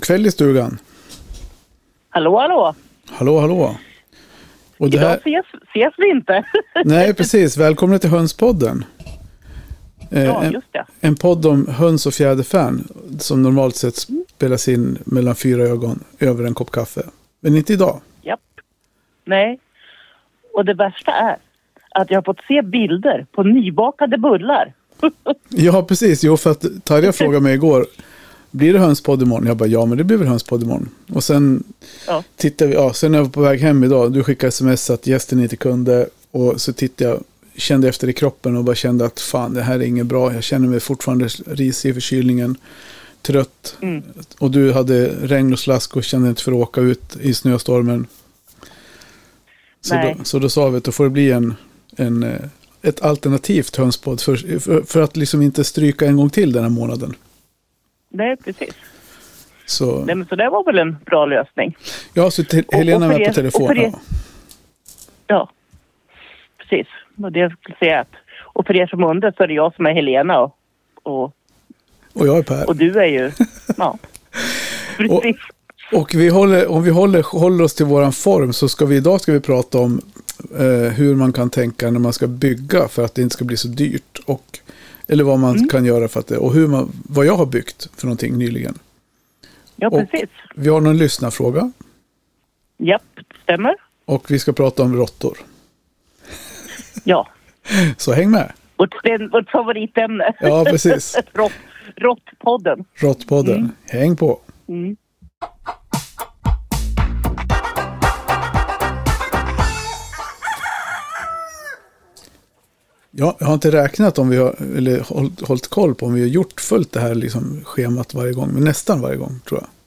God kväll i stugan. Hallå, hallå. Hallå. Och det här... Idag ses vi inte. Nej, precis. Välkomna till Hönspodden. Ja, just det. En podd om höns och fjäderfän som normalt sett spelas in mellan 4 ögon över en kopp kaffe. Men inte idag. Japp. Nej. Och det värsta är att jag har fått se bilder på nybakade bullar. Ja, precis. Jo, för att Tarja frågade mig igår, blir det hönspodd imorgon? Jag bara, ja, men det blir väl hönspodd imorgon. Och sen tittade vi, sen när jag var på väg hem idag, du skickade sms att gästen inte kunde, och så tittade jag, kände efter i kroppen och bara kände att fan, det här är inget bra. Jag känner mig fortfarande risig i förkylningen, trött. Och du hade regn och slask och kände inte för att åka ut i snöstormen. Så då sa vi att då får det bli ett alternativt hönspodd för att liksom inte stryka en gång till den här månaden. Nej, precis. Så det var väl en bra lösning. Ja, så Helena var på telefon. Ja, precis. Och det jag skulle säga att, och för er som undrar så är det jag som är Helena och jag är Per. Och du är ju, ja. Precis. Och om vi håller oss till våran form, så idag ska vi prata om hur man kan tänka när man ska bygga för att det inte ska bli så dyrt, eller vad man kan göra för att det, och vad jag har byggt för någonting nyligen. Ja, precis. Och vi har någon lyssnarfråga. Japp, stämmer. Och vi ska prata om råttor. Ja. Så häng med. Vårt favoritämne. Ja, precis. Råttpodden. Råttpodden. Häng på. Ja, jag har inte räknat om vi har, eller hållit koll på om vi har följt det här liksom schemat varje gång, men nästan varje gång, tror jag.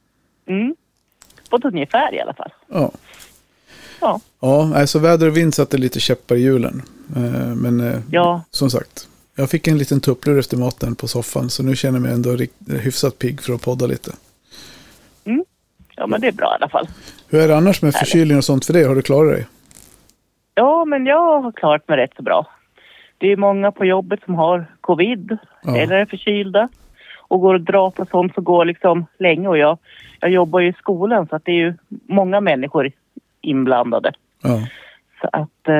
På ungefär i alla fall. Ja, alltså väder och vind satte lite käppar i hjulen. Men som sagt, jag fick en liten tupplur efter maten på soffan, så nu känner jag mig ändå hyfsat pigg för att podda lite. Ja, men det är bra i alla fall. Hur är det annars med förkylning och sånt för dig? Har du klarat dig? Ja, men jag har klarat mig rätt så bra. Det är många på jobbet som har covid eller är förkylda och går och drar på sånt som går liksom länge. Och jag jobbar ju i skolan, så att det är ju många människor inblandade. Ja. Så att,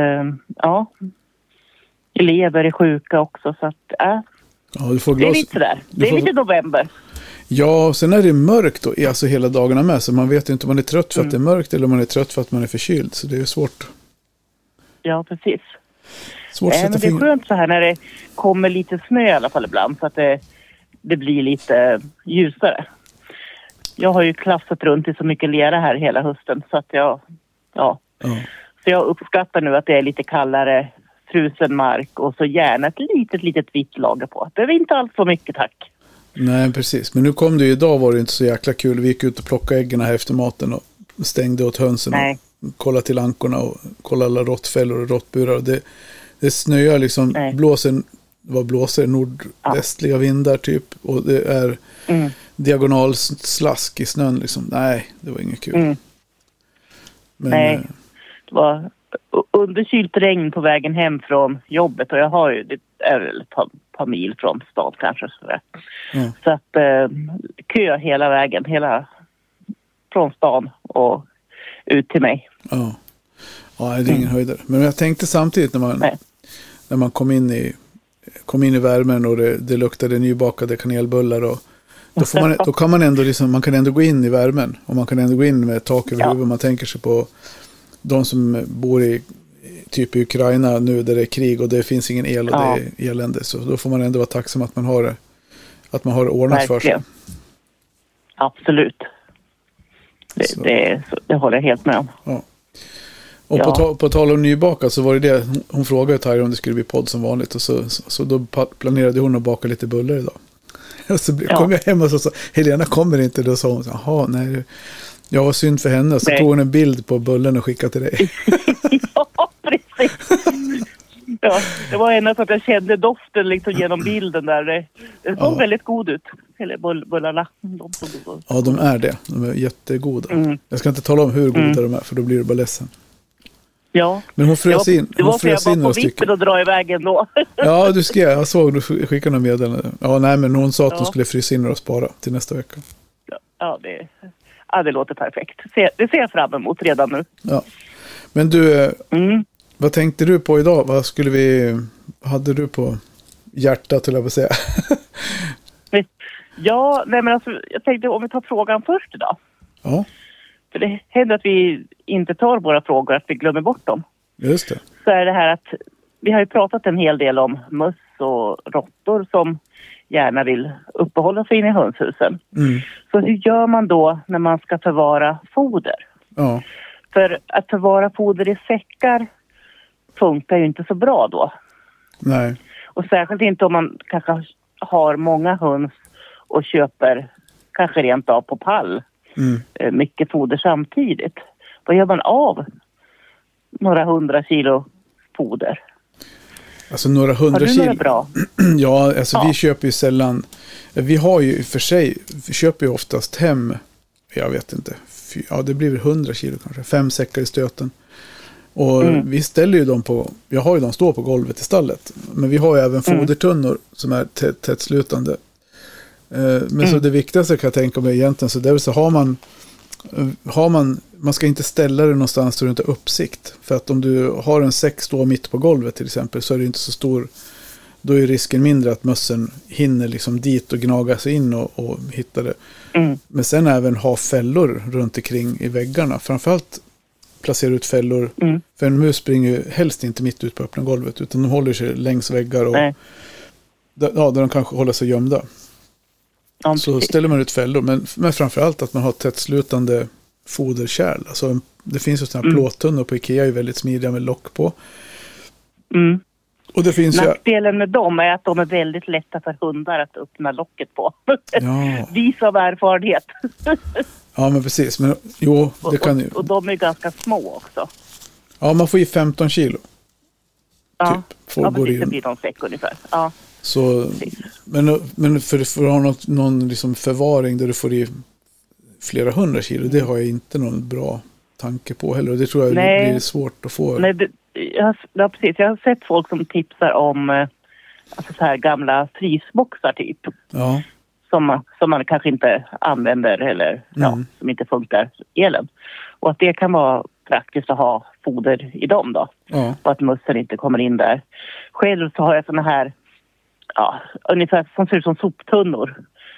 elever är sjuka också, så att, du får det är lite sådär. Det är lite november. Ja, sen är det mörkt då, alltså hela dagarna med, så man vet inte om man är trött för att det är mörkt eller om man är trött för att man är förkyld, så det är svårt. Ja, precis. Men det är skönt så här när det kommer lite snö i alla fall ibland, så att det blir lite ljusare. Jag har ju klassat runt i så mycket lera här hela hösten, så att så jag uppskattar nu att det är lite kallare, frusen mark och så gärna ett litet vitt lager på. Det är inte alls så mycket, tack. Nej, precis. Men nu kom det ju, idag var det inte så jäkla kul. Vi gick ut och plockade äggen här efter maten och stängde åt hönsen och kollade till ankorna och kollade alla råttfällor och råttburar. Och det snöar liksom, blåser nordvästliga vindar typ, och det är diagonal slask i snön liksom. Nej, det var inget kul. Men, nej, det var underkylt regn på vägen hem från jobbet, och jag har ju, det är väl ett par mil från stad kanske. Så att kö hela vägen, från stan och ut till mig. Ja, det är ingen höjdare. Men jag tänkte samtidigt när man kom in i värmen och det luktade nybakade kanelbullar, och då kan man ändå liksom, man kan ändå gå in i värmen, och man kan ändå gå in med tak över huvudet. Man tänker sig på de som bor i typ i Ukraina nu, där det är krig och det finns ingen el och det är elände, så då får man ändå vara tacksam att man har det ordnat för sig. Absolut. Det håller jag helt med om. Ja. Och på tal om nybaka, så var det hon frågade Tarja om det skulle bli podd som vanligt, och så då planerade hon att baka lite bullar idag. Och så kom jag hem och så sa Helena kommer inte, då sa hon så, jaha, nej, jag var synd för henne, så tog hon en bild på bullen och skickade till dig. Ja, precis. Ja, det var ena så att jag kände doften liksom genom bilden där. Det såg väldigt god ut. Eller bullarna. Ja, de är det. De är jättegoda. Jag ska inte tala om hur goda de är, för då blir du bara ledsen. Ja. Men hon frös in. Det var för jag var på vippen och dra iväg ändå. Ja, du skrev. Jag såg du skickade några meddelanden. Ja, nej, men hon sa att hon skulle frysa in och spara till nästa vecka. det låter perfekt. Det ser jag fram emot redan nu. Ja. Men du, vad tänkte du på idag? Vad hade du på hjärtat, eller vad säga? Ja, nej men alltså, jag tänkte om vi tar frågan först idag. Ja. För det händer att vi inte tar våra frågor, att vi glömmer bort dem. Just det. Så är det här att vi har ju pratat en hel del om möss och råttor som gärna vill uppehålla sig inne i hönshusen. Så hur gör man då när man ska förvara foder? Ja. För att förvara foder i säckar funkar ju inte så bra då. Nej. Och särskilt inte om man kanske har många höns och köper kanske rent av på pall mycket foder samtidigt. Vad gör man av några 100 kilo foder? Alltså några 100 kilo. Har du några bra? Ja, alltså vi köper ju sällan. Vi har ju för sig, vi köper ju oftast hem, jag vet inte. Ja, det blir 100 kilo kanske. 5 säckar i stöten. Och vi ställer ju dem på, jag har ju dem stå på golvet i stallet. Men vi har ju även fodertunnor som är tätt slutande. Men så det viktigaste kan jag tänka mig egentligen, så det vill säga man ska inte ställa det någonstans så du inte har uppsikt. För att om du har en säck stå mitt på golvet till exempel, så är det inte så stor, då är risken mindre att mössen hinner liksom dit och gnaga sig in och hitta det. Men sen även ha fällor runt omkring i väggarna. Framförallt placera ut fällor. För en mus springer ju helst inte mitt ut på öppna golvet, utan de håller sig längs väggar och där de kanske håller sig gömda. Så ställer man ut fällor, men framförallt att man har tättslutande foderkärl. Alltså, det finns ju sådana plåttunnor på Ikea är väldigt smidiga med lock på. Och det finns nackdelen med dem är att de är väldigt lätta för hundar att öppna locket på. Vis av erfarenhet. Ja, men precis. Men, jo, det kan ju. Och de är ganska små också. Ja, man får i 15 kilo. Ja, typ, precis, det blir någon säck ungefär. Ja. Så, men för att ha någon liksom förvaring där du får i flera 100 kilo, det har jag inte någon bra tanke på heller. Och det tror jag blir svårt att få. Nej, precis. Jag har sett folk som tipsar om alltså så här gamla frysboxar typ. Ja. Som man kanske inte använder eller som inte funkar elen. Och att det kan vara praktiskt att ha foder i dem då. Ja. Och att mössen inte kommer in där. Själv så har jag såna här ungefär som ser ut som soptunnor.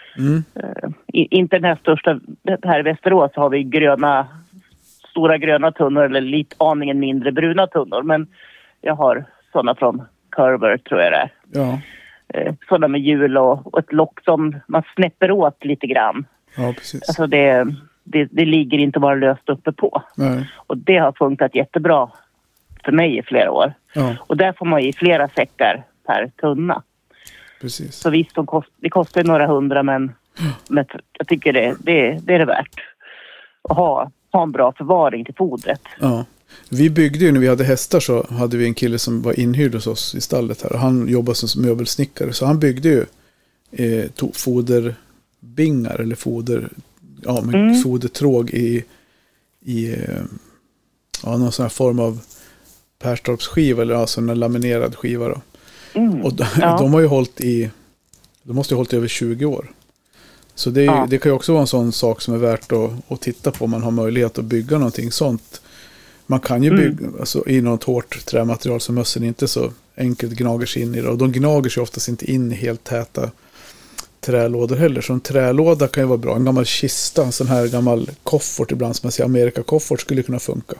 Inte den här största, här i Västerås har vi stora gröna tunnor eller lite aningen mindre bruna tunnor. Men jag har sådana från Curver tror jag det är. Ja. Sådana med hjul och ett lock som man snäpper åt lite grann. Ja, precis. Alltså det ligger inte bara löst uppe på. Nej. Och det har funkat jättebra för mig i flera år. Ja. Och där får man i flera säckar per tunna. Precis. Så visst, det kostar några 100 men jag tycker det är det värt. Att ha en bra förvaring till fodret. Ja. Vi byggde ju när vi hade hästar, så hade vi en kille som var inhyrd hos oss i stallet här. Och han jobbade som möbelsnickare. Så han byggde ju foderbingar eller fodertråg i någon sån här form av Perstorpsskiva eller alltså en laminerad skiva då. Och de har ju de måste ju ha hållit över 20 år. Så det kan ju också vara en sån sak som är värt att titta på om man har möjlighet att bygga någonting sånt. Man kan ju bygga alltså, i något hårt trämaterial som mössen inte så enkelt gnager sig in i det. Och de gnager sig oftast inte in i helt täta trälådor heller. Så en trälåda kan ju vara bra. En gammal kista, en sån här gammal koffert ibland som man säger, Amerika-koffert skulle kunna funka.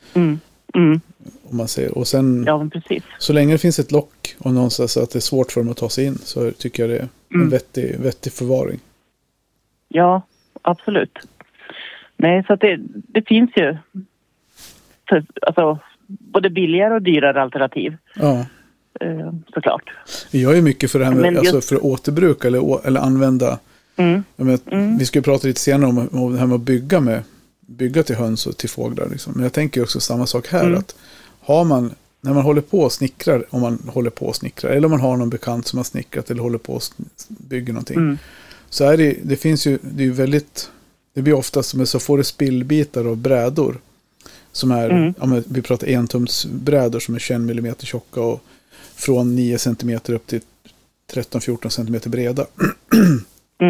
Om man säger. Och sen, så länge det finns ett lock och någonstans så att det är svårt för dem att ta sig in, så tycker jag det är en vettig förvaring. Ja, absolut. Nej, så att det finns ju alltså både billigare och dyrare alternativ. Ja. Såklart. Jag är mycket för det här med alltså för att återbruka eller använda. Vi ska ju prata lite senare om det här med att bygga till höns och till fåglar liksom. Men jag tänker också samma sak här, att när man håller på och snickrar, eller om man har någon bekant som har snickrat eller håller på och bygger någonting, så är det finns ju, det är ju väldigt, det blir ofta som så får det spillbitar och brädor som är, vi pratar 1-tums brädor som är 21 mm tjocka och från 9 cm upp till 13-14 cm breda.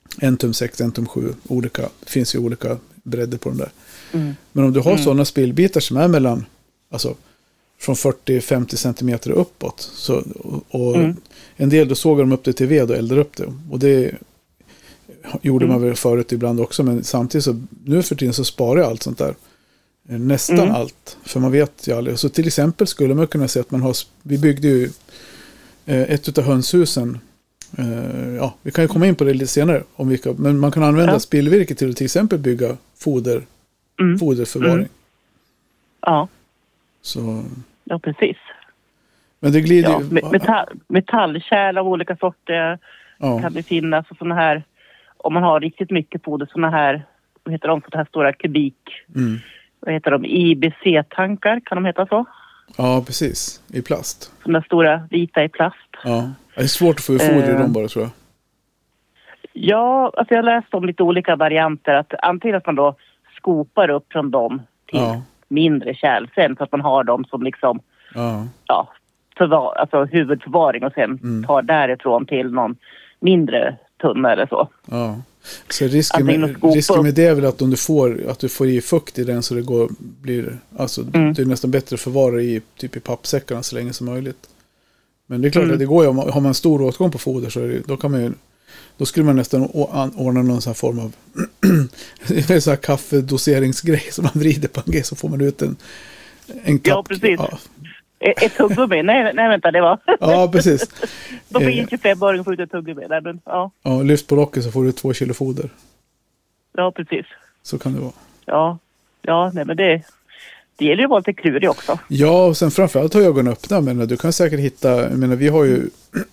1 tum 6, 1 tum 7. Det finns ju olika bredder på den där. Men om du har sådana spillbitar som är mellan, alltså från 40-50 centimeter uppåt. Så, och en del då sågar de upp det till ved och eldar upp det. Och det gjorde man väl förut ibland också. Men samtidigt så, nu för tiden så sparar jag allt sånt där. Nästan allt. För man vet ju aldrig. Så till exempel skulle man kunna säga att vi byggde ju ett utav hönshusen. Vi kan ju komma in på det lite senare. Men man kan använda spillvirke till att till exempel bygga foderförvaring. Ja. Så. Ja, precis. Men det glider metallkärl av olika sorter kan det finnas. Och såna här, om man har riktigt mycket foder, såna här, vad heter de, så här stora kubik. Vad heter de? IBC-tankar, kan de heta så? Ja, precis. I plast. Såna stora vita i plast. Ja, det är svårt att få foder i dem bara, tror jag. Ja, alltså jag har läst om lite olika varianter. Att antingen att man då skopar upp från dem till mindre kärl sen, så att man har dem som liksom alltså huvudförvaring, och sen tar därifrån till någon mindre tunna eller så. Ja. Så risken med det är väl att om du får i fukt i den, så det blir alltså det är nästan bättre att förvara i typ i pappsäckarna så länge som möjligt. Men det är klart att det går ju, har man stor åtgång på foder, så då skulle man nästan ordna någon sån här form av en sån här kaffedoseringsgrej som man vrider på en grej, så får man ut en kapp. Ja, precis. Ja. Ett tuggummi? Nej, vänta, det var. Ja, precis. Då får en 25-åring få ut ett tuggummi. Ja, lyft på locket så får du 2 kilo foder. Ja, precis. Så kan det vara. Ja, nej, men det gäller ju att vara lite klurig också. Ja, och sen framförallt har ögonen öppna. Men du kan säkert hitta, jag menar, vi har ju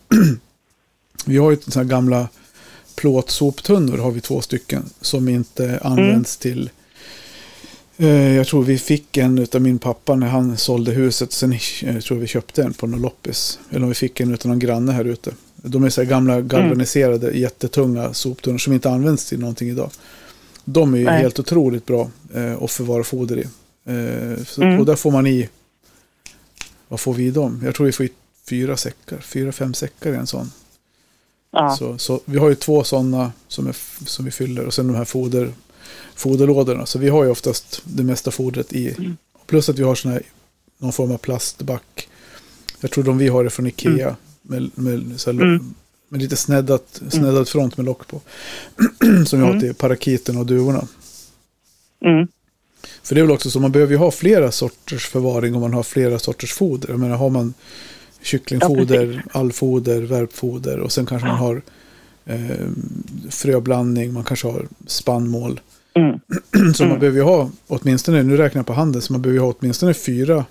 såna här gamla plåtsoptunnor, har vi 2 stycken som inte används till. Jag tror vi fick en utav min pappa när han sålde huset. Sen jag tror vi köpte en på någon loppis. Eller om vi fick en utav någon granne här ute. De är så här gamla galvaniserade, jättetunga soptunnor som inte används till någonting idag. De är ju helt otroligt bra att förvara foder i. Och där får man i, vad får vi i dem? Jag tror vi får i 4-5 säckar i en sån. Ja. Så vi har ju 2 sådana som vi fyller, och sen de här foderlådorna. Så vi har ju oftast det mesta fodret i. Plus att vi har någon form av plastback. Jag tror vi har det från Ikea med lite sneddad front med lock på. Som vi har till parakiten och duvorna. För det är väl också så, man behöver ju ha flera sorters förvaring om man har flera sorters foder. Jag menar, har man kycklingfoder, allfoder, värpfoder, och sen kanske man har fröblandning, man kanske har spannmål. Så man behöver ju ha åtminstone, nu räknar jag på handen, så man behöver ju ha åtminstone 4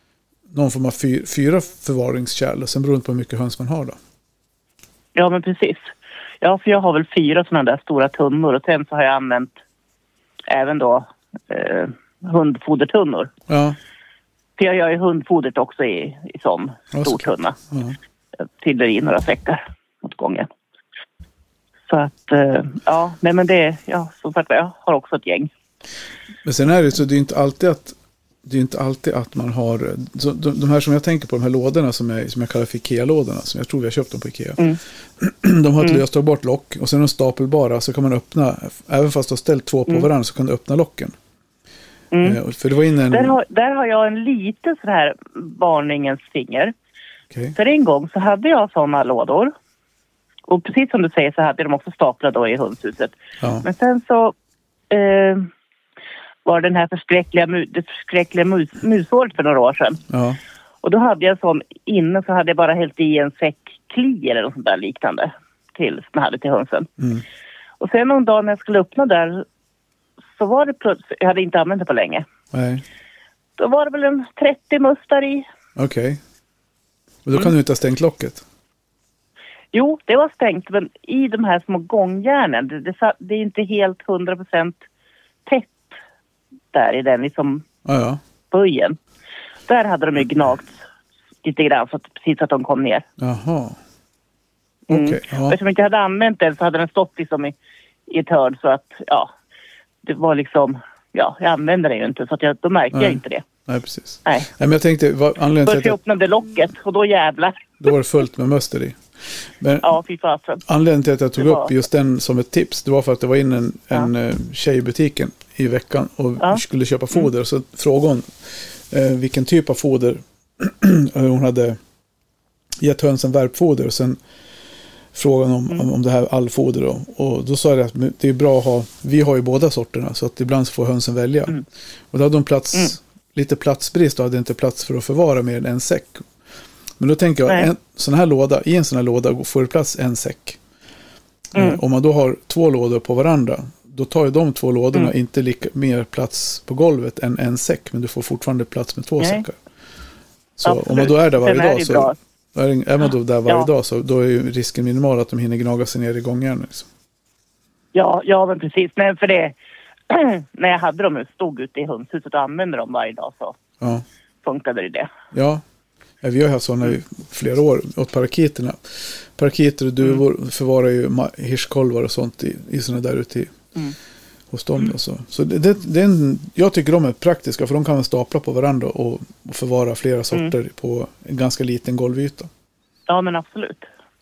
förvaringskärl, och sen beror det på hur mycket höns man har då. Ja, men precis. Ja, för jag har väl 4 sådana där stora tunnor, och sen så har jag använt även då hundfodertunnor. Ja. För jag gör ju hundfodret också i sån stor tunna. Ja. Jag fyller i några säckar åt gången. Så att, nej men det, som sagt, jag har också ett gäng. Men sen är det så, det är inte alltid att man har, så de här som jag tänker på, de här lådorna som jag kallar för Ikea-lådorna, som jag tror vi har köpt dem på Ikea. De har ett löstagbart lock, och sen de stapelbara, så kan man öppna, även fast du har ställt 2 på varandra, så kan du öppna locken. För det var där har jag en liten sån här varningens finger. Okay. För en gång så hade jag såna lådor. Och precis som du säger så hade de också staplade då i hönshuset. Ja. Men sen så var den här förskräckliga musåret för några år sedan. Ja. Och då hade jag en sån inne, så hade jag bara hällt i en säck kli eller något sånt där liknande till, som jag hade till hönsen. Och sen någon dag när jag skulle öppna där, så var det plötsligt, jag hade inte använt det på länge. Nej. Då var det väl en 30 mustar i. Okej. Men då kan du inte ha stängt locket? Jo, det var stängt, men i de här små gångjärnen, det är inte helt 100% tätt där i den liksom böjen. Där hade de ju gnagt lite grann, så att, precis att de kom ner. Jaha. Okej. Eftersom jag inte hade använt den, så hade den stått liksom i ett hörn, så att det var liksom, jag använde det ju inte, så att då märkte jag inte det. Nej, precis. Nej, men jag tänkte, anledningen till att jag öppnade locket, och då jävlar. Då var det fullt med möster i. Men fy fasen. anledningen till att jag tog upp just den som ett tips, det var för att det var in en tjej i butiken i veckan och skulle köpa foder. Så frågade hon vilken typ av foder hon hade gett hönsen värpfoder, och sen frågan om det här allfoder då. Och då sa jag att det är bra att ha, vi har ju båda sorterna, så att ibland får hönsen välja. Och då hade hon lite platsbrist och hade inte plats för att förvara mer än en säck. Men då tänker jag, i en sån här låda får det plats en säck. Om man då har 2 lådor på varandra, då tar ju de 2 lådorna inte lika mer plats på golvet än en säck, men du får fortfarande plats med 2 säckar. Så absolut. Om man då är där varje dag så är man då där varje dag, så då är ju risken minimal att de hinner gnaga sig ner i gångjärn. Liksom. Ja, men precis. Nej, för det när jag hade dem stod ute i hönshuset och använde dem varje dag, så funkade det. Ja, vi har haft sådana i flera år åt parakiterna. Parakiter och duvor förvarar ju hirschkolvar och sånt i sådana där ute hos dem. Så jag tycker de är praktiska, för de kan man stapla på varandra och förvara flera sorter på en ganska liten golvyta. Ja, men absolut.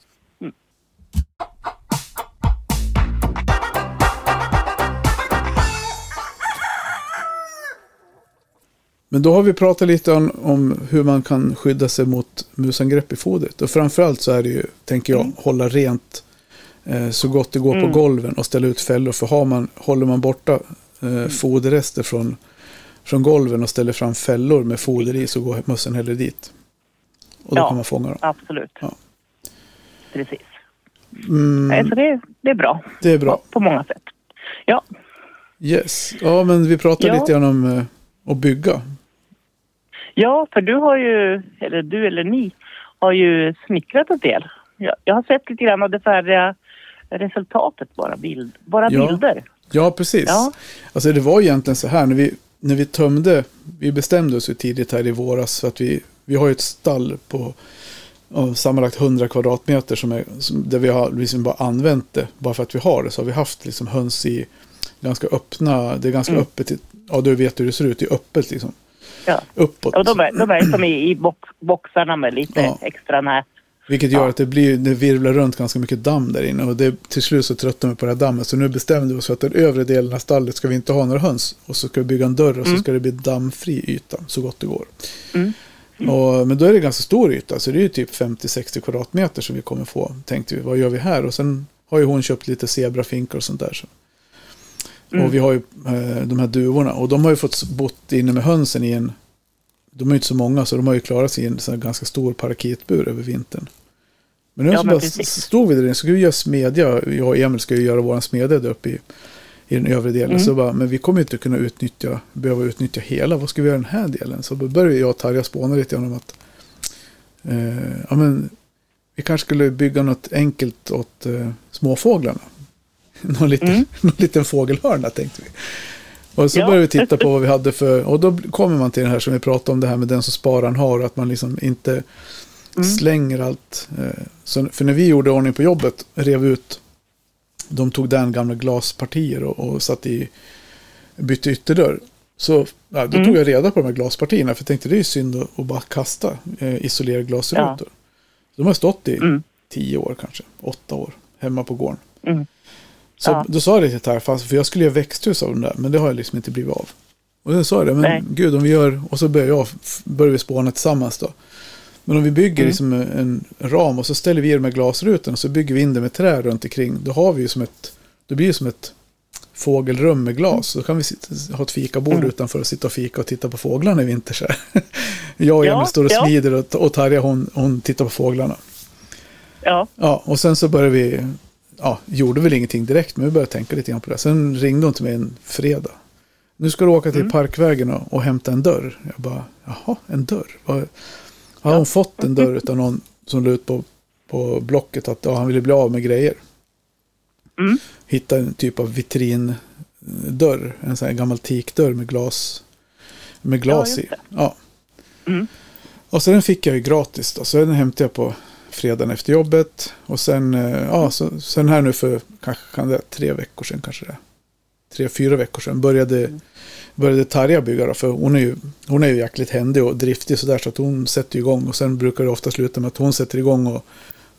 Men då har vi pratat lite om hur man kan skydda sig mot musangrepp i fodret. Och framförallt så är det ju, tänker jag, hålla rent så gott det går på golven och ställa ut fällor. För håller man borta foderrester från golven och ställer fram fällor med foder i, så går mössen heller dit. Och då kan man fånga dem. Absolut. Ja. Precis. Så det är bra. Det är bra. På många sätt. Ja. Yes. Ja, men vi pratar lite grann om att bygga. Ja, för du eller ni har ju snickrat en del. Jag har sett lite grann av det färdiga resultatet, bara bilder. Ja, precis. Ja. Alltså det var egentligen så här, när vi tömde, vi bestämde oss ju tidigt här i våras, för att vi har ju ett stall på sammanlagt 100 kvadratmeter där vi har liksom bara använt det, bara för att vi har det, så har vi haft liksom höns i ganska öppna, det är ganska öppet, du vet hur det ser ut, i öppet liksom. Ja. Uppåt. Och de är som i boxarna med lite extra nät. Vilket gör att det virvlar runt ganska mycket damm där inne, och till slut så tröttnar vi på det här dammet, så nu bestämde vi oss för att den övre delen av stallet ska vi inte ha några höns, och så ska vi bygga en dörr och så ska det bli dammfri yta så gott det går. Men då är det ganska stor yta, så det är ju typ 50-60 kvadratmeter som vi kommer få, tänkte vi, vad gör vi här? Och sen har ju hon köpt lite zebrafinkar och sånt där så. Och vi har ju de här duvorna, och de har ju fått bott inne med hönsen de är ju inte så många, så de har ju klarat sig i en sån ganska stor parakitbur över vintern. Men nu stod vi där, så ska vi göra smedja, jag och Emil ska ju göra våran smedja där uppe i den övre delen, så men vi kommer inte kunna behöva utnyttja hela, vad ska vi göra den här delen? Så då började jag och Tarja spåna lite om att vi kanske skulle bygga något enkelt åt småfåglarna. Någon liten fågelhörna, tänkte vi. Och så började vi titta på vad vi hade och då kommer man till det här som vi pratade om, det här med den som spararen har, att man liksom inte slänger allt. För när vi gjorde ordning på jobbet, rev ut, de tog den gamla glaspartier och satt bytte ytterdörr. Så då tog jag reda på de här glaspartierna, för jag tänkte det är synd att bara kasta isolerade glasrutor. Ja. De har stått i 10 år kanske, 8 år, hemma på gården. Så då sa jag det till Tarfas, för jag skulle göra växthus av den där, men det har jag liksom inte blivit av. Och då sa jag det, men gud, om vi gör, och så börjar vi spåna tillsammans då. Men om vi bygger liksom en ram och så ställer vi de här glasrutorna och så bygger vi in det med trä runt omkring, då har vi ju det blir ju som ett fågelrum med glas. Då kan vi ha ett fikabord utanför och sitta och fika och titta på fåglarna i vinter så här. Jag och Emil står och smider och Tarja hon tittar på fåglarna. Ja, och sen så började vi gjorde väl ingenting direkt, men vi började tänka lite grann på det. Sen ringde hon till mig en fredag. Nu ska du åka till Parkvägen och hämta en dörr. Jag bara, jaha, en dörr? Har hon fått en dörr av någon som la ut på blocket att han ville bli av med grejer? Hitta en typ av vitrindörr, en sån här gammal teakdörr med glas i. Ja. Och så den fick jag ju gratis då, så den hämtade jag på fredagen efter jobbet, och sen sen här nu för kanske 3 veckor sedan, kanske det 3-4 veckor sedan började Tarja bygga då, för hon är ju jäkligt händig och driftig så där, så att hon sätter igång, och sen brukar det ofta sluta med att hon sätter igång och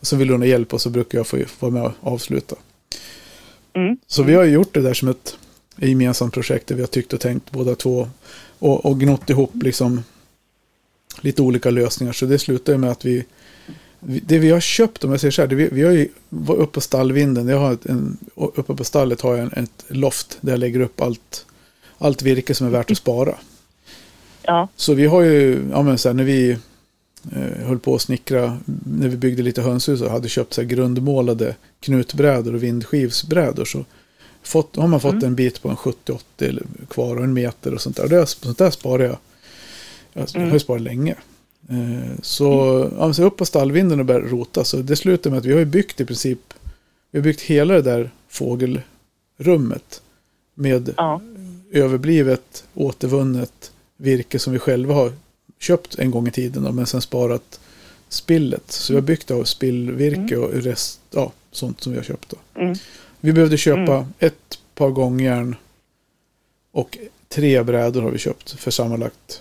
så vill hon ha hjälp och så brukar jag få vara med och avsluta. Så vi har ju gjort det där som ett gemensamt projekt där vi har tyckt och tänkt båda två och gnott ihop liksom lite olika lösningar. Så det slutar ju med att det vi har köpt, om jag säger så här, vi har ju varit uppe på stallvinden. Uppe på stallet har jag ett loft där jag lägger upp allt virke som är värt att spara. Ja. Så vi har ju, så här, när vi höll på att snickra, när vi byggde lite hönshus och hade köpt så här grundmålade knutbrädor och vindskivsbrädor, så har man fått en bit på en 70-80 kvar och en meter och sånt där. Sånt där sparar jag. Jag har ju sparat länge. Så upp på stallvinden och började rota. Så det slutar med att vi har ju byggt i princip, vi har byggt hela det där fågelrummet med överblivet, återvunnet virke som vi själva har köpt en gång i tiden men sen sparat spillet. Så vi har byggt av spillvirke och rest, sånt som vi har köpt då. Vi behövde köpa ett par gångjärn och 3 brädor har vi köpt för sammanlagt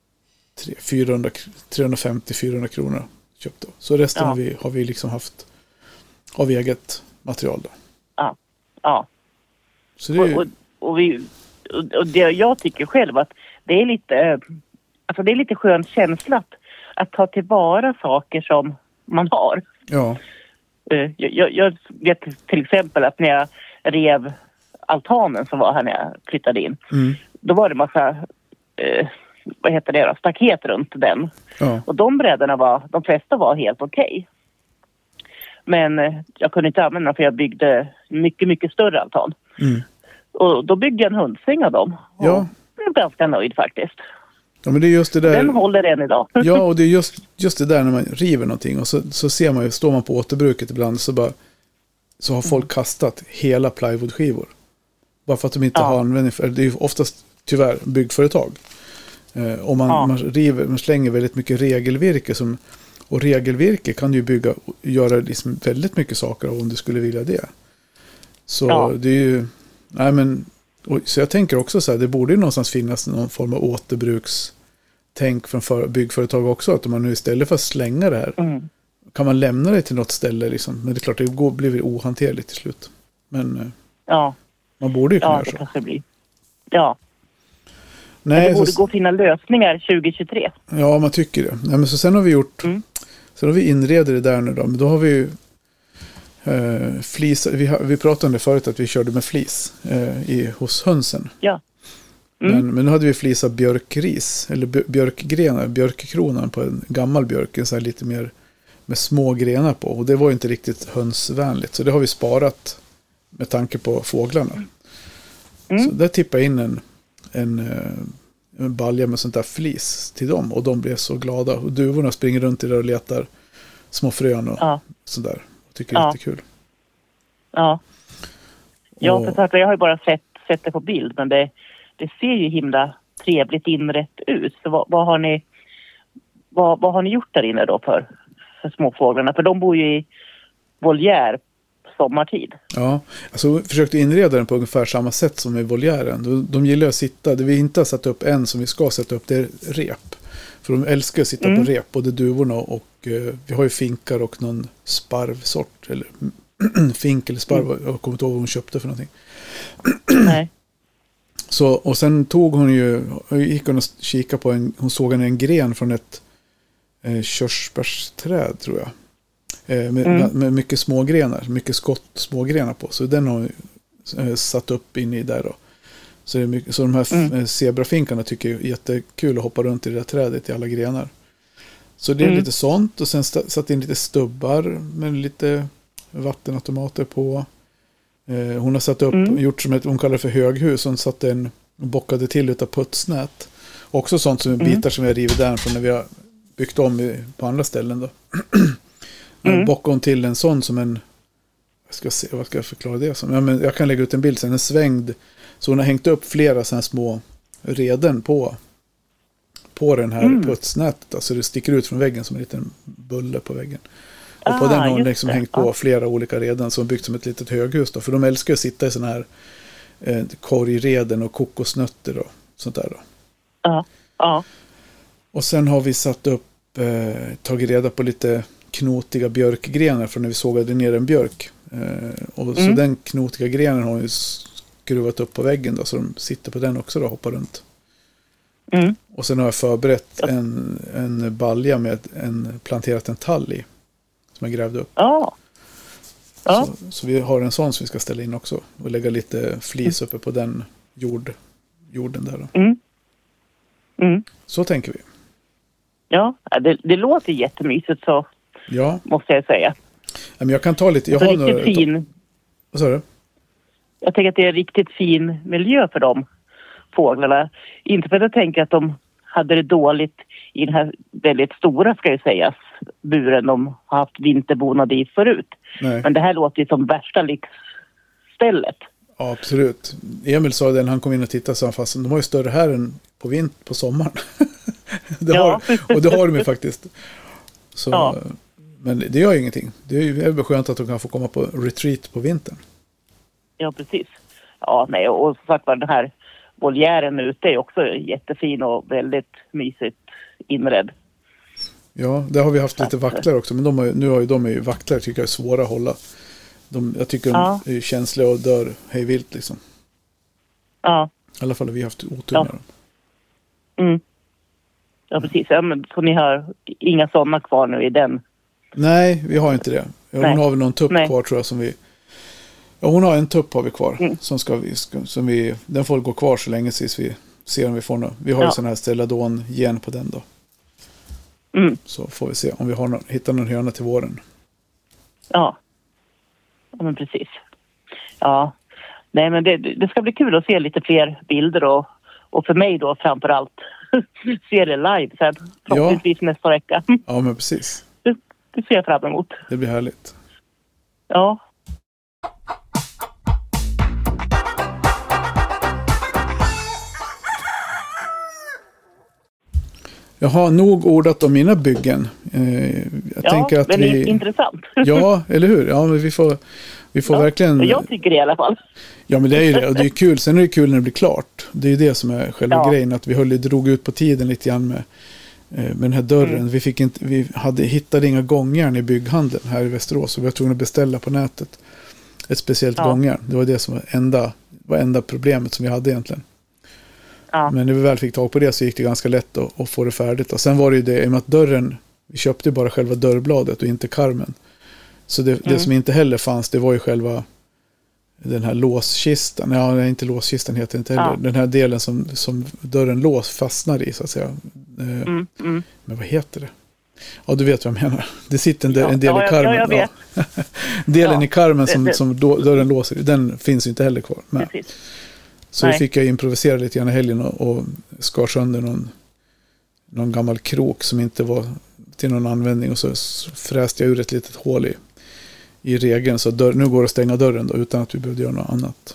350-400 kronor köpt då. Så resten har vi liksom haft av eget material då. Ja. Så det är och det jag tycker själv att det är lite, alltså det är lite skön känsla att ta tillvara saker som man har. Ja. Jag vet till exempel att när jag rev altanen som var här när jag flyttade in, då var det massa staket runt den. Ja. Och de brädorna de flesta var helt okej. Men jag kunde inte använda dem för jag byggde mycket, mycket större altan. Och då byggde jag en hundsäng av dem. Och jag är ganska nöjd faktiskt. Ja, men det är just det där. Den håller än idag. Ja, och det är just det där när man river någonting och så ser man ju, står man på återbruket ibland så har folk kastat hela plywoodskivor. Bara för att de inte har användning för det är ju oftast tyvärr byggföretag. Och man slänger väldigt mycket regelvirke och regelvirke kan ju göra liksom väldigt mycket saker av om du skulle vilja det. Så det är ju så jag tänker också så här, det borde ju någonstans finnas någon form av återbrukstänk från byggföretag också, att om man nu istället för att slänga det här kan man lämna det till något ställe liksom. Men det är klart det blir ohanterligt till slut. Men man borde ju kunna göra så. Kanske blir. Ja. Nej, det borde gå att finna lösningar 2023. Ja, man tycker det. Nej, men så sen har vi gjort sen har vi inreder det där nu då. Men då har vi ju flis. Vi pratade om det förut att vi körde med flis hos hönsen. Ja. Men nu hade vi flis av björkris eller björkgrenar, björkkronan på en gammal björk, en så här lite mer med små grenar på, och det var ju inte riktigt hönsvänligt, så det har vi sparat med tanke på fåglarna. Så där tippade in en balja med sånt där flis till dem, och de blev så glada, och duvorna springer runt i där och letar små frön och sånt där, och tycker det är jättekul. För jag har ju bara sett det på bild, men det ser ju himla trevligt inrätt ut. Så vad har ni gjort där inne då för småfåglarna? För de bor ju i voljär sommartid. Ja, alltså vi försökte inreda den på ungefär samma sätt som i voljären. De gillar att sitta, det vi inte har satt upp än som vi ska sätta upp, det är rep. För de älskar att sitta på rep, både duvorna och vi har ju finkar och någon sparvsort, eller fink eller sparv, jag kommer inte ihåg vad hon köpte för någonting. Nej. Så, och sen gick hon och kika på hon såg en gren från ett körsbärsträd tror jag. Med mycket smågrenar, mycket smågrenar på. Så den har hon satt upp in i där då. Så de här zebrafinkarna tycker jag är jättekul att hoppa runt i det där trädet i alla grenar. Så det är lite sånt, och sen satt in lite stubbar med lite vattenautomater på. Hon har satt upp, gjort som hon kallar det för höghus. Hon satte bockade till utav putsnät. Också sånt som är bitar som jag river där från när vi har byggt om på andra ställen då. Bockade hon till en sån som en, vad ska jag förklara det som? Ja, men jag kan lägga ut en bild sen, en svängd. Så hon har hängt upp flera sådana små reden på den här putsnätet. Så alltså det sticker ut från väggen som en liten bulle på väggen. Och på den har hon liksom hängt på flera olika reden som byggt som ett litet höghus då. För de älskar att sitta i sådana här korgreden och kokosnötter och sånt där då. Ja. Och sen har vi satt upp, tagit reda på lite knotiga björkgrenar från när vi sågade ner en björk. Och så den knotiga grenen har ju skruvat upp på väggen då, så de sitter på den också då och hoppar runt. Och sen har jag förberett en balja med planterat en tall i som jag grävde upp. Ja. Så vi har en sån som vi ska ställa in också och lägga lite flis uppe på den jorden där då. Så tänker vi. Ja, det låter jättemysigt så måste jag säga. Men jag kan ta lite... Jag har några, fin. Vad sa du? Jag tänker att det är riktigt fin miljö för de fåglarna. Inte för att jag tänker att de hade det dåligt i den här väldigt stora, ska jag säga, buren de har haft vinterbonad i förut. Nej. Men det här låter ju som värsta lyxstället. Ja, absolut. Emil sa det när han kom in och tittade, så fast de har ju större här än på sommaren. Och det har de ju faktiskt. Så, men det gör ju ingenting. Det är ju skönt att de kan få komma på retreat på vintern. Ja, precis. Ja, nej, och som sagt var, den här voljären ute är också jättefin och väldigt mysigt inredd. Ja, där har vi haft lite vaktlar också, men nu har ju de vaktlar, tycker jag är svåra att hålla. Jag tycker de är känsliga och dör hej vilt liksom. Ja. I alla fall har vi haft otur med dem. Ja, precis. Ja, men, så ni har inga sådana kvar nu i den? Nej, vi har inte det. Hon har väl någon tupp kvar, tror jag, som vi... Ja, hon har en tupp har vi kvar. Som den får gå kvar så länge tills vi ser om vi får något. Vi har ju sån här stelladon-gen på den då. Så får vi se om vi hittar någon höna till våren. Ja, men precis. Ja, nej, men det ska bli kul att se lite fler bilder och för mig då framförallt se det live sen, förhoppningsvis nästa vecka. Ja, men precis. Det ser jag fram emot. Det blir härligt. Ja. Jag har nog ordat om mina byggen. Jag tänker att det är intressant. Ja, eller hur? Ja, men vi får verkligen... Jag tycker det i alla fall. Ja, men det är ju det. Och det är kul. Sen är det kul när det blir klart. Det är ju det som är själva grejen. Att vi drog ut på tiden lite grann med den här dörren. Vi hittade inga gångjärn i bygghandeln här i Västerås. Och vi var tvungna att beställa på nätet ett speciellt gångjärn. Det var det som var enda problemet som vi hade egentligen. Ja. Men när vi väl fick tag på det så gick det ganska lätt att få det färdigt. Och sen var det ju det, i och med att dörren, vi köpte ju bara själva dörrbladet och inte karmen. Så det som inte heller fanns, det var ju själva den här låskistan. Ja, inte låskistan heter inte heller. Den här delen som dörren fastnar i, så att säga. Men vad heter det? Ja, du vet vad jag menar. Det sitter en del i karmen. Jag vet. Delen i karmen som dörren låser, den finns ju inte heller kvar. Men. Så då fick jag improvisera lite grann i helgen och skar sönder någon gammal krok som inte var till någon användning, och så fräste jag ur ett litet hål i regeln, så nu går det att stänga dörren då, utan att vi behövde göra något annat.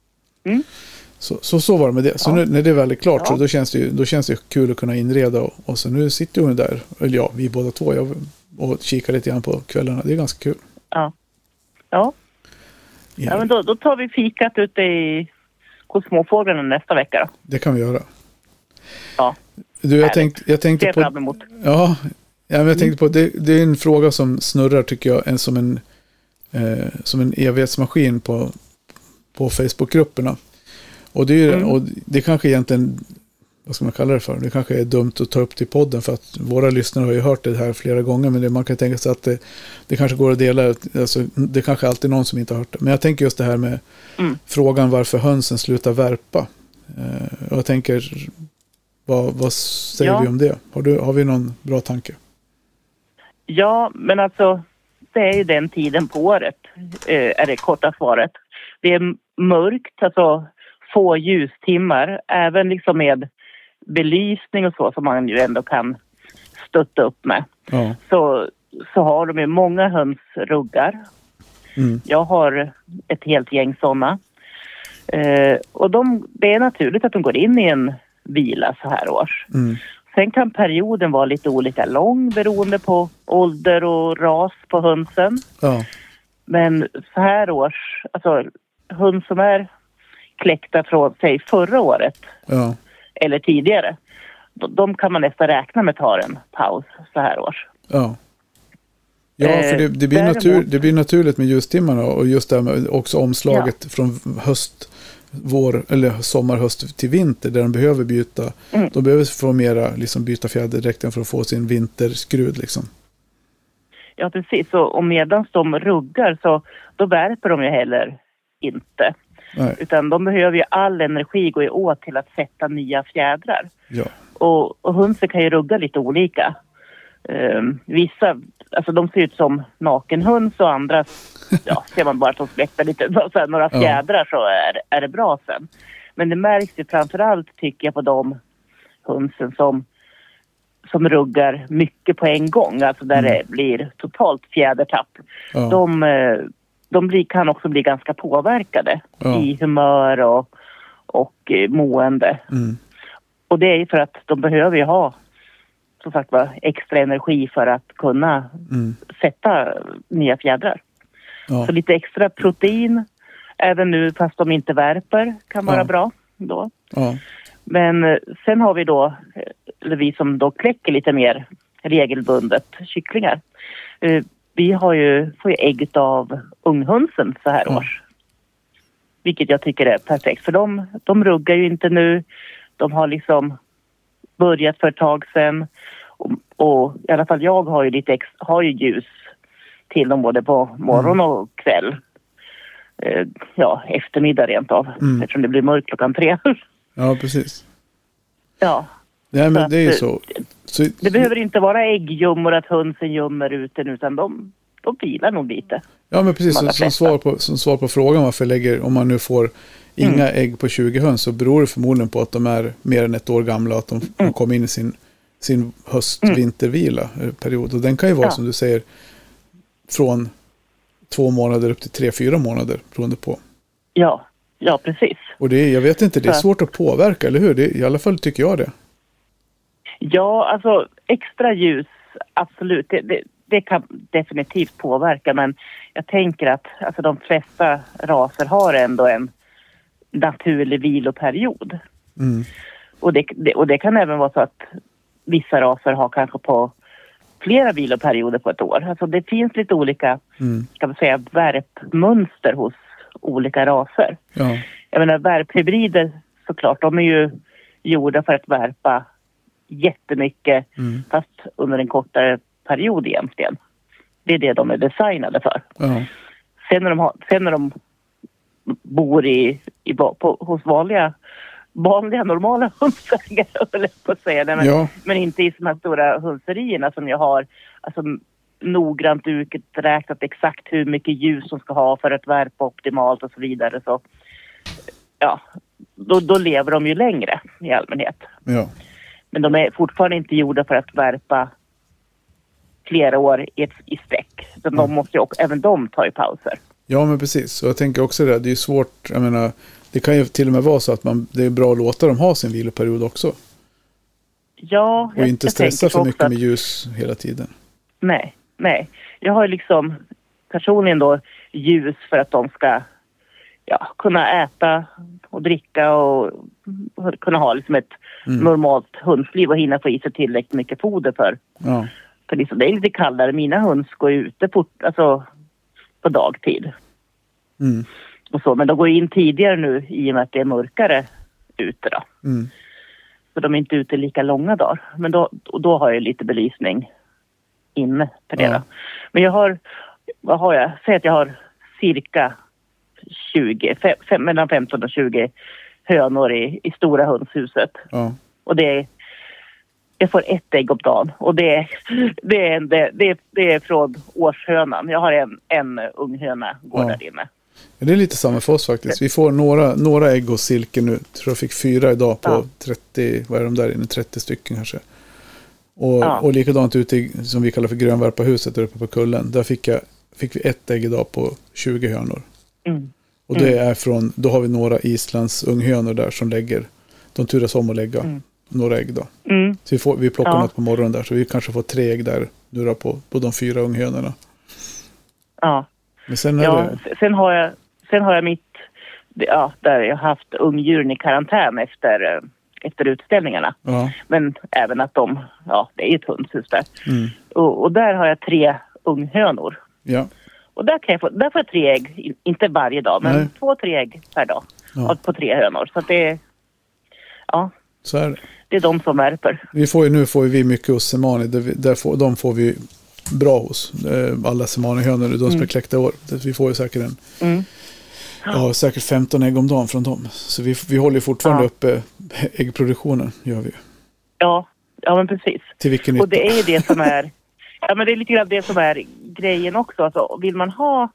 Så var det med det. Så nu, när det väl är klart så då känns det kul att kunna inreda, och så nu sitter hon där, eller vi båda två, och kikar lite grann på kvällarna. Det är ganska kul. Ja, men då tar vi fikat ute hos småfåglarna nästa vecka då. Det kan vi göra. Ja. Du, jag tänkte på... Ja, men jag tänkte på det är en fråga som snurrar, tycker jag, som en evighetsmaskin på Facebookgrupperna. Och det är och det kanske egentligen, vad ska man kalla det för? Det kanske är dumt att ta upp till podden, för att våra lyssnare har ju hört det här flera gånger, men man kan tänka sig att det kanske går att dela, alltså, det kanske alltid någon som inte har hört det. Men jag tänker just det här med frågan varför hönsen slutar värpa. Och jag tänker, vad säger vi om det? Har vi någon bra tanke? Ja, men alltså det är ju den tiden på året, är det korta svaret. Det är mörkt, alltså få ljustimmar, även liksom med belysning och så som man ju ändå kan stötta upp med. Ja. Så har de ju många hönsruggar. Jag har ett helt gäng sådana. Och det är naturligt att de går in i en vila så här års. Sen kan perioden vara lite olika lång beroende på ålder och ras på hönsen. Ja. Men så här års, alltså höns som är kläckta från sig förra året eller tidigare, de kan man nästan räkna med tar en paus så här års. Ja. Ja, för det blir naturligt med ljustimmarna och just det här med också omslaget från sommar, höst till vinter där de behöver byta. De behöver få mera liksom byta fjäderdräkten för att få sin vinterskrud liksom. Ja, precis. Och medan de ruggar så då värper de ju heller inte. Nej. Utan de behöver ju all energi gå åt till att sätta nya fjädrar. Ja. Och hönsen kan ju rugga lite olika. Vissa, alltså de ser ut som nakenhöns och andra, ser man bara att de släpper lite så här, några fjädrar så är det bra sen. Men det märks ju framförallt tycker jag på de hönsen som ruggar mycket på en gång. Alltså där det blir totalt fjädertapp. Ja. De kan också bli ganska påverkade i humör och mående. Och det är ju för att de behöver ju ha som sagt extra energi för att kunna sätta nya fjädrar. Ja. Så lite extra protein även nu fast de inte värper kan vara bra då. Ja. Men sen har vi då, eller vi som då kläcker lite mer regelbundet kycklingar. Vi får ju ägg av unghönsen så här års. Vilket jag tycker är perfekt. För de ruggar ju inte nu. De har liksom börjat för ett tag sedan. Och i alla fall jag har ju har ju ljus till dem både på morgon och kväll. Eftermiddag rent av. Eftersom det blir mörkt klockan 3. Ja, precis. Ja. Nej, men det är ju så. Det behöver inte vara äggjummor att hönsen gömmer ute utan de vilar nog lite. Ja, men precis. Som svar på frågan varför om man nu får inga ägg på 20 höns så beror det förmodligen på att de är mer än ett år gamla och att de kommer in i sin höst-vintervila period. Och den kan ju vara som du säger från 2 månader upp till 3-4 månader beroende på. Ja, precis. Och jag vet inte, det är svårt att påverka, eller hur? I alla fall tycker jag det. Ja, alltså extra ljus, absolut. Det kan definitivt påverka, men jag tänker att alltså, de flesta raser har ändå en naturlig viloperiod. Och det kan även vara så att vissa raser har kanske på flera viloperioder på ett år. Alltså det finns lite olika, kan man säga, värpmönster hos olika raser. Ja. Jag menar, värphybrider såklart, de är ju gjorda för att värpa jättemycket fast under en kortare period egentligen. Det är det de är designade för. Ja. Sen när de bor hos vanliga normala hönsägare, eller på att säga, men inte i de här stora hönserierna som jag har alltså, noggrant uträknat exakt hur mycket ljus de ska ha för att värpa optimalt och så vidare. Så, då lever de ju längre i allmänhet. Ja. Men de är fortfarande inte gjorda för att värpa flera år i sträck. Så de måste ju också, även de tar ju pauser. Ja, men precis. Och jag tänker också det är ju svårt, jag menar, det kan ju till och med vara så att det är bra att låta dem ha sin viloperiod också. Ja, och inte stressa för mycket med ljus hela tiden. Nej. Jag har ju liksom personligen då ljus för att de ska kunna äta och dricka och kunna ha liksom ett normalt hundsliv och hinna få i sig tillräckligt mycket foder för. Ja. För liksom, det är lite kallare. Mina höns går ute på dagtid. Och så, men de går in tidigare nu i och med att det är mörkare ute då. Så de är inte ute lika långa dagar. Men då har jag lite belysning inne på det då. Men jag har, säg att jag har cirka mellan 15 och 20 hönor i stora hönshuset. Ja. Och jag får 1 ägg om dagen. Och det är från årshönan. Jag har en ung höna går där inne. Ja, det är lite samma för oss faktiskt. Vi får några ägg hos Silke nu. Jag tror jag fick 4 idag på 30, vad är de där inne? 30 stycken kanske. Och likadant ute som vi kallar för grönvärpahuset där uppe på kullen. Där fick vi 1 ägg idag på 20 hönor. Och det är då har vi några Islands unghönor där som de turas om att lägga några ägg då. Så vi plockar något på morgonen där, så vi kanske får 3 ägg där nu då på de 4 unghönorna. Ja. Men sen sen har jag mitt där jag har haft ungdjuren i karantän efter utställningarna. Ja. Men även att det är ett hundshus där. Och där har jag 3 unghönor. Ja. Och där får jag 3 ägg, inte varje dag, men 2-3 ägg per dag på 3 hönor. Så att så är det. Det är de som värper. Nu får vi mycket hos Semani. De får vi bra hos. Alla Semani-hönor, de som är kläckta i år. Vi får ju säkert säkert 15 ägg om dagen från dem. Så vi håller fortfarande uppe äggproduktionen, gör vi. Ja, men precis. Till vilken nytta? Och det är ju det som är... Ja, men det är lite grann det som är grejen också. Alltså, vill man ha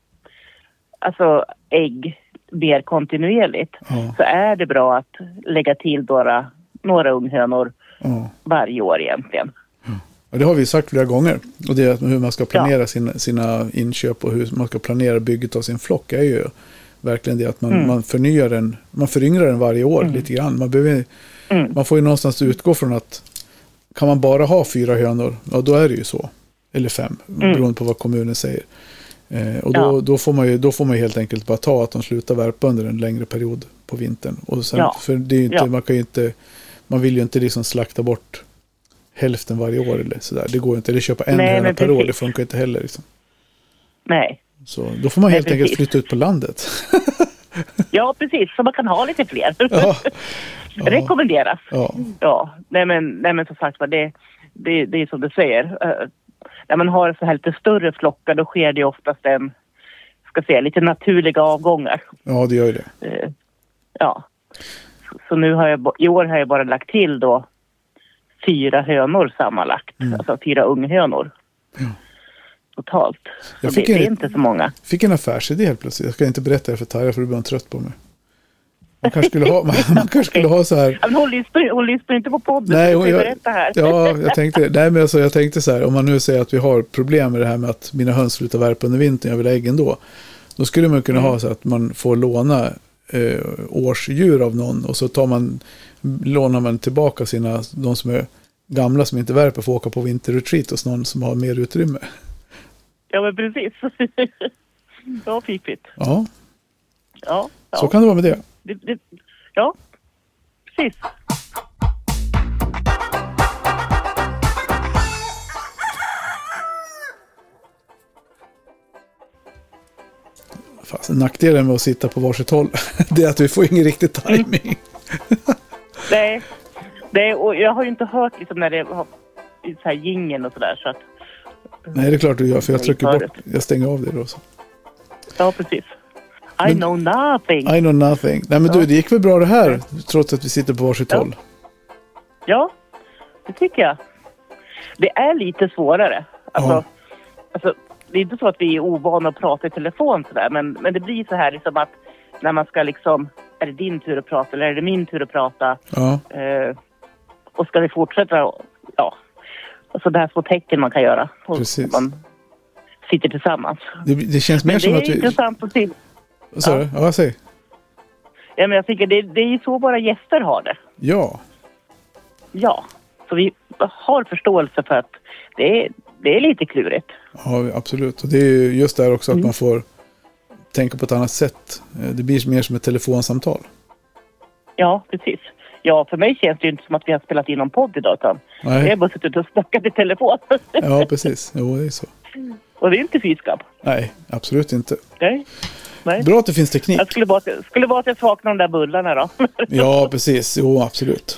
ägg mer kontinuerligt så är det bra att lägga till några unghönor varje år egentligen. Och det har vi sagt flera gånger. Och det är hur man ska planera sina inköp och hur man ska planera bygget av sin flock är ju verkligen det att man föryngrar den varje år lite grann. Man får ju någonstans utgå från att kan man bara ha 4 hönor, då är det ju så. Eller 5, beroende på vad kommunen säger. Och då får man ju helt enkelt bara ta att de slutar värpa under en längre period på vintern. Och sen, för det är ju inte, man vill ju inte liksom slakta bort hälften varje år eller sådär. Det går ju inte. Det köpa en höna per år, det funkar inte heller. Liksom. Nej. Så då får man helt enkelt flytta ut på landet. Ja, precis. Så man kan ha lite fler. Rekommenderas. Nej men som sagt, det är som du säger. När man har så här lite större flockar, då sker det oftast lite naturliga avgångar. Ja, det gör ju det. Så nu i år har jag bara lagt till 4 hönor sammanlagt. Alltså 4 unghönor. Ja. Totalt. Det är inte så många. Fick en affärsidé helt plötsligt. Jag ska inte berätta det för Tarja för du blir trött på mig. Man kanske skulle ha så här. Men hon lyssnar inte på podden. Nej, jag berätta här. Ja, jag tänkte så här, om man nu säger att vi har problem med det här med att mina höns slutar värpa under vintern, jag vill ha äggen då skulle man kunna ha så att man får låna årsdjur av någon och så lånar man tillbaka de som är gamla som inte värper får åka på vinterretreat hos någon som har mer utrymme. Ja, men precis. Ja, fiffigt. Ja. Så kan det vara med det. Ja, precis. Fast nackdelen med att sitta på varsitt håll det är att vi får ingen riktig timing. Nej, och jag har ju inte hört liksom när det har så här jingeln och sådär så att... Nej, det är klart du gör, för jag trycker bort. Jag stänger av det då. Så. Ja, precis. I know nothing. Nej, men det gick väl bra det här, trots att vi sitter på varsitt håll. Ja, det tycker jag. Det är lite svårare. Alltså, det är inte så att vi är ovana att prata i telefon sådär, men det blir så här liksom att när man ska liksom, är det din tur att prata eller är det min tur att prata? Ja. Och ska vi fortsätta, alltså det här små tecken man kan göra. Precis. Man sitter tillsammans. Det känns mer som att vi... det är intressant att se. Vad sa du? Ja, vad säger? Ja, men jag tycker det är ju så våra gäster har det. Ja. Ja, så vi har förståelse för att det är lite klurigt. Ja, absolut. Och det är ju just där också att man får tänka på ett annat sätt. Det blir mer som ett telefonsamtal. Ja, precis. Ja, för mig känns det ju inte som att vi har spelat in någon podd idag, utan vi har bara suttit och snackat i telefon. Ja, precis. Jo, det är så. Och det är inte fyskap. Nej, absolut inte. Nej. Bra att det finns teknik. Jag skulle bara att jag saknar de där bullarna då. Ja, precis. Jo, absolut.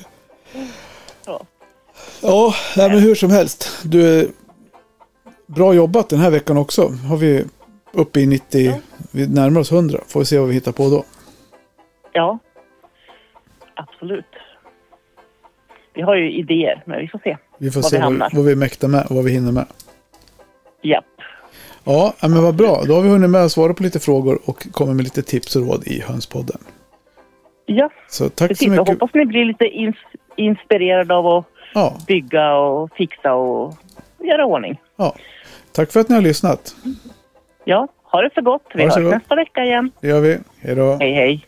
Ja, men hur som helst. Du, bra jobbat den här veckan också. Har vi uppe i 90, vi närmar oss 100. Får vi se vad vi hittar på då. Ja, absolut. Vi har ju idéer, men vi får se. Vi får se vad vi mäktar med och vad vi hinner med. Japp. Ja, men vad bra. Då har vi hunnit med att svara på lite frågor och komma med lite tips och råd i Hönspodden. Ja, så tack så mycket. Jag hoppas ni blir lite inspirerade av att bygga och fixa och göra ordning. Ja, tack för att ni har lyssnat. Ja, ha det så gott. Vi hörs nästa vecka igen. Det gör vi. Hej då. Hej, hej.